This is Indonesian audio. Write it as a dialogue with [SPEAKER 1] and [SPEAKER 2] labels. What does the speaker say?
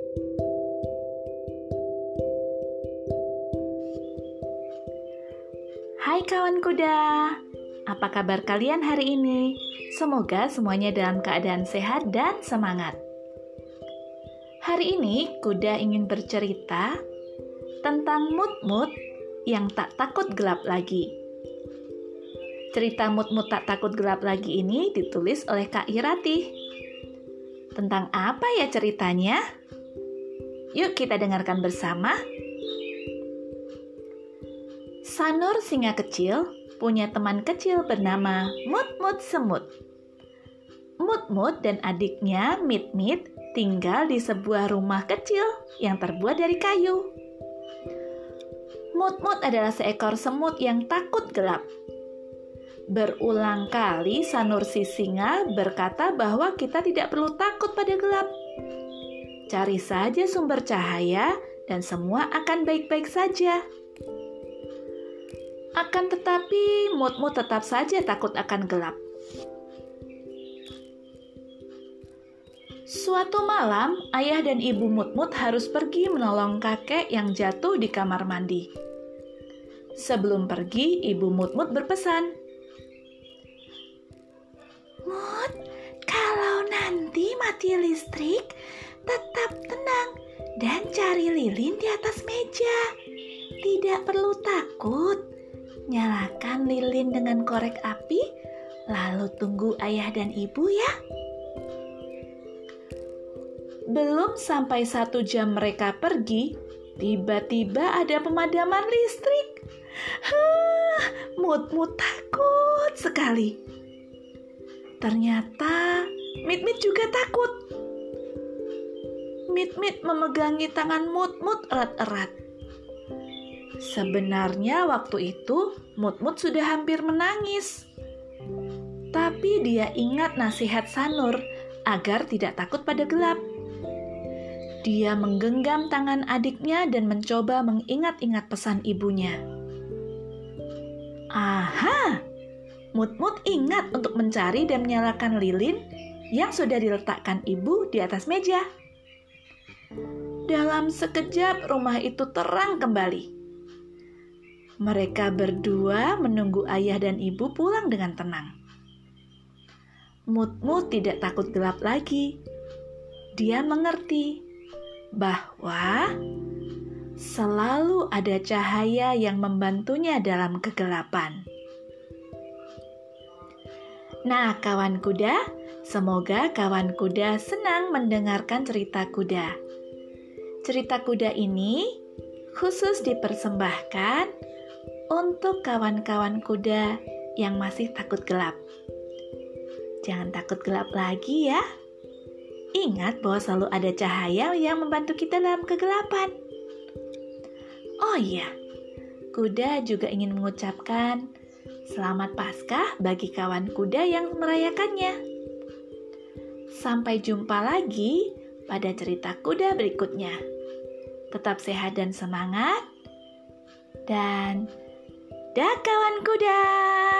[SPEAKER 1] Hai kawan kuda, apa kabar kalian hari ini? Semoga semuanya dalam keadaan sehat dan semangat. Hari ini kuda ingin bercerita tentang Mut-Mut yang tak takut gelap lagi. Cerita Mut-Mut tak takut gelap lagi ini ditulis oleh Kak Irati. Tentang apa ya ceritanya? Yuk kita dengarkan bersama. Sanur singa kecil punya teman kecil bernama Mut-Mut semut. Mut-Mut dan adiknya Mit-Mit tinggal di sebuah rumah kecil yang terbuat dari kayu. Mut-Mut adalah seekor semut yang takut gelap. Berulang kali Sanur si singa berkata bahwa kita tidak perlu takut pada gelap. Cari saja sumber cahaya dan semua akan baik-baik saja. Akan tetapi, Mut-Mut tetap saja takut akan gelap. Suatu malam, ayah dan ibu Mut-Mut harus pergi menolong kakek yang jatuh di kamar mandi. Sebelum pergi, ibu Mut-Mut berpesan,
[SPEAKER 2] "Mut, kalau nanti mati listrik, tetap tenang dan cari lilin di atas meja. Tidak perlu takut. Nyalakan lilin dengan korek api, lalu tunggu ayah dan ibu ya."
[SPEAKER 1] Belum sampai 1 jam mereka pergi, tiba-tiba ada pemadaman listrik.
[SPEAKER 2] Mut-Mut takut sekali.
[SPEAKER 1] Ternyata Mit-Mit juga takut. Mit-Mit memegangi tangan Mut-Mut erat-erat. Sebenarnya waktu itu Mut-Mut sudah hampir menangis. Tapi dia ingat nasihat Sanur agar tidak takut pada gelap. Dia menggenggam tangan adiknya dan mencoba mengingat-ingat pesan ibunya. Aha! Mut-Mut ingat untuk mencari dan menyalakan lilin yang sudah diletakkan ibu di atas meja. Dalam sekejap rumah itu terang kembali. Mereka berdua menunggu ayah dan ibu pulang dengan tenang. Mut-Mut tidak takut gelap lagi. Dia mengerti bahwa selalu ada cahaya yang membantunya dalam kegelapan. Nah, kawan kuda, semoga kawan kuda senang mendengarkan cerita kuda. Cerita kuda ini khusus dipersembahkan untuk kawan-kawan kuda yang masih takut gelap. Jangan takut gelap lagi ya. Ingat bahwa selalu ada cahaya yang membantu kita dalam kegelapan. Oh iya, kuda juga ingin mengucapkan Selamat Paskah bagi kawan kuda yang merayakannya. Sampai jumpa lagi pada cerita kuda berikutnya. Tetap sehat dan semangat. Dan dah kawan kuda.